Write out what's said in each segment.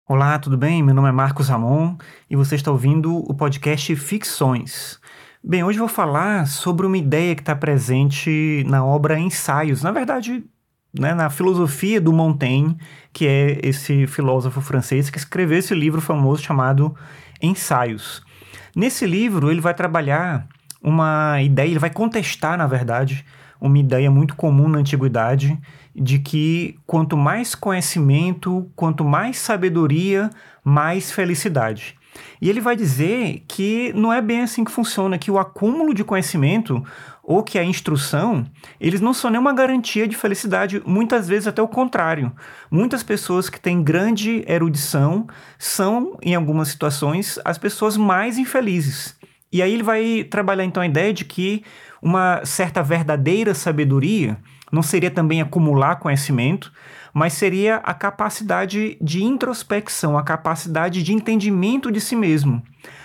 Olá, tudo bem? Meu nome é Marcos Ramon e você está ouvindo o podcast Ficções. Bem, hoje eu vou falar sobre uma ideia que está presente na obra Ensaios, na verdade, né, na filosofia do Montaigne, que é esse filósofo francês que escreveu esse livro famoso chamado Ensaios. Nesse livro, ele vai trabalhar uma ideia, ele vai contestar, na verdade, uma ideia muito comum na antiguidade de que quanto mais conhecimento, quanto mais sabedoria, mais felicidade. E ele vai dizer que não é bem assim que funciona, que o acúmulo de conhecimento ou que a instrução, eles não são nenhuma garantia de felicidade, muitas vezes até o contrário. Muitas pessoas que têm grande erudição são, em algumas situações, as pessoas mais infelizes. E aí ele vai trabalhar então a ideia de que uma certa verdadeira sabedoria não seria também acumular conhecimento, mas seria a capacidade de introspecção, a capacidade de entendimento de si mesmo.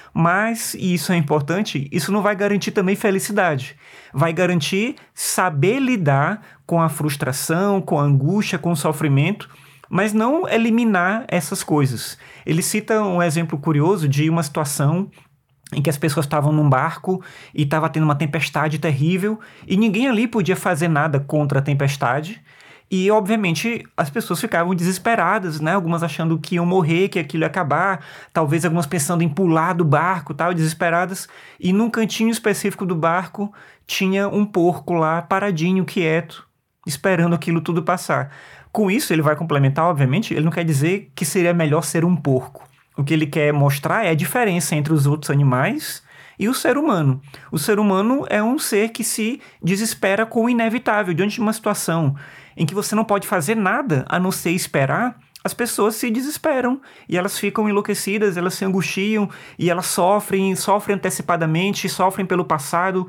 Mas, e isso é importante, isso não vai garantir também felicidade. Vai garantir saber lidar com a frustração, com a angústia, com o sofrimento, mas não eliminar essas coisas. Ele cita um exemplo curioso de uma situação em que as pessoas estavam num barco e estava tendo uma tempestade terrível e ninguém ali podia fazer nada contra a tempestade. E, obviamente, as pessoas ficavam desesperadas, né? Algumas achando que iam morrer, que aquilo ia acabar. Talvez algumas pensando em pular do barco, tal, desesperadas. E num cantinho específico do barco tinha um porco lá, paradinho, quieto, esperando aquilo tudo passar. Com isso, ele vai complementar, obviamente, ele não quer dizer que seria melhor ser um porco. O que ele quer mostrar é a diferença entre os outros animais e o ser humano. O ser humano é um ser que se desespera com o inevitável. Diante de uma situação em que você não pode fazer nada a não ser esperar, as pessoas se desesperam e elas ficam enlouquecidas, elas se angustiam e elas sofrem antecipadamente, sofrem pelo passado.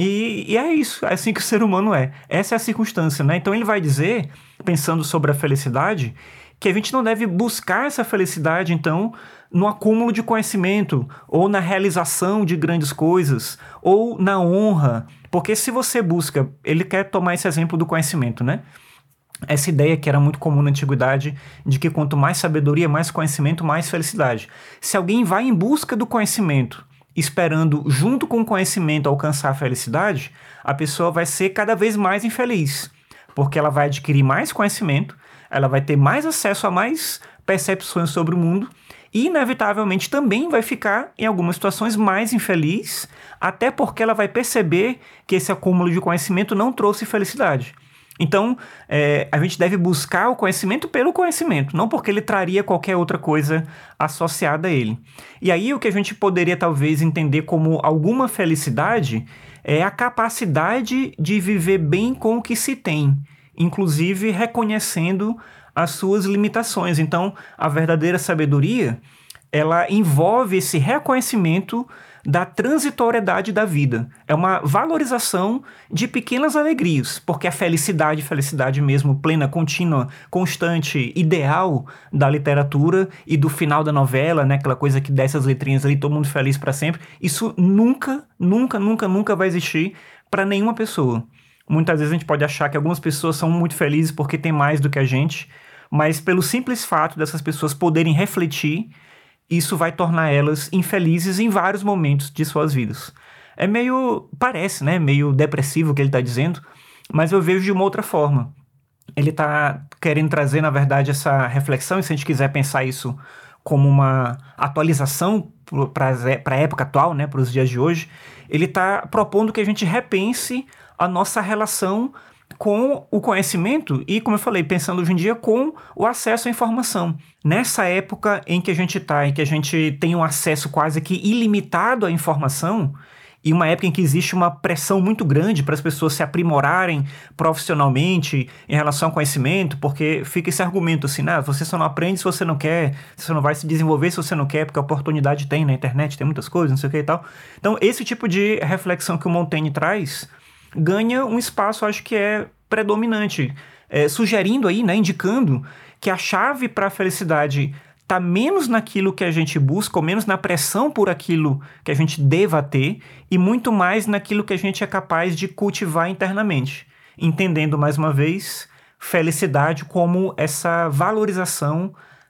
E é isso, é assim que o ser humano é. Essa é a circunstância, né? Então ele vai dizer, pensando sobre a felicidade, que a gente não deve buscar essa felicidade, então, no acúmulo de conhecimento, ou na realização de grandes coisas, ou na honra. Porque se você busca, ele quer tomar esse exemplo do conhecimento, né? Essa ideia que era muito comum na antiguidade, de que quanto mais sabedoria, mais conhecimento, mais felicidade. Se alguém vai em busca do conhecimento, esperando, junto com o conhecimento, alcançar a felicidade, a pessoa vai ser cada vez mais infeliz, porque ela vai adquirir mais conhecimento, ela vai ter mais acesso a mais percepções sobre o mundo e, inevitavelmente, também vai ficar, em algumas situações, mais infeliz, até porque ela vai perceber que esse acúmulo de conhecimento não trouxe felicidade. Então, a gente deve buscar o conhecimento pelo conhecimento, não porque ele traria qualquer outra coisa associada a ele. E aí, o que a gente poderia, talvez, entender como alguma felicidade é a capacidade de viver bem com o que se tem, inclusive reconhecendo as suas limitações. Então, a verdadeira sabedoria, ela envolve esse reconhecimento da transitoriedade da vida. É uma valorização de pequenas alegrias, porque a felicidade mesmo, plena, contínua, constante, ideal da literatura e do final da novela, né, aquela coisa que desce as letrinhas ali, todo mundo feliz para sempre, isso nunca, nunca, nunca, nunca vai existir para nenhuma pessoa. Muitas vezes a gente pode achar que algumas pessoas são muito felizes porque têm mais do que a gente, mas pelo simples fato dessas pessoas poderem refletir, isso vai tornar elas infelizes em vários momentos de suas vidas. É meio, parece, né, meio depressivo o que ele está dizendo, mas eu vejo de uma outra forma. Ele está querendo trazer, na verdade, essa reflexão, e se a gente quiser pensar isso como uma atualização para a época atual, né, para os dias de hoje, ele está propondo que a gente repense a nossa relação com o conhecimento e, como eu falei, pensando hoje em dia com o acesso à informação. Nessa época em que a gente está, em que a gente tem um acesso quase que ilimitado à informação, e uma época em que existe uma pressão muito grande para as pessoas se aprimorarem profissionalmente em relação ao conhecimento, porque fica esse argumento assim, né? Você só não aprende se você não quer, você não vai se desenvolver se você não quer, porque a oportunidade tem na internet, tem muitas coisas, não sei o que e tal. Então, esse tipo de reflexão que o Montaigne traz ganha um espaço, acho que é predominante, sugerindo aí, né, indicando que a chave para a felicidade está menos naquilo que a gente busca, ou menos na pressão por aquilo que a gente deva ter, e muito mais naquilo que a gente é capaz de cultivar internamente, entendendo, mais uma vez, felicidade como essa valorização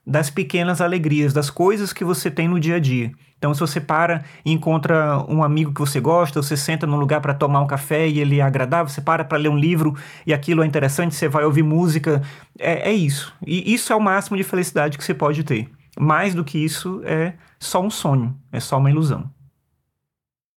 das pequenas alegrias, das coisas que você tem no dia a dia. Então, se você para e encontra um amigo que você gosta, você senta num lugar para tomar um café e ele é agradável, você para ler um livro e aquilo é interessante, você vai ouvir música, é isso. E isso é o máximo de felicidade que você pode ter. Mais do que isso é só um sonho, é só uma ilusão.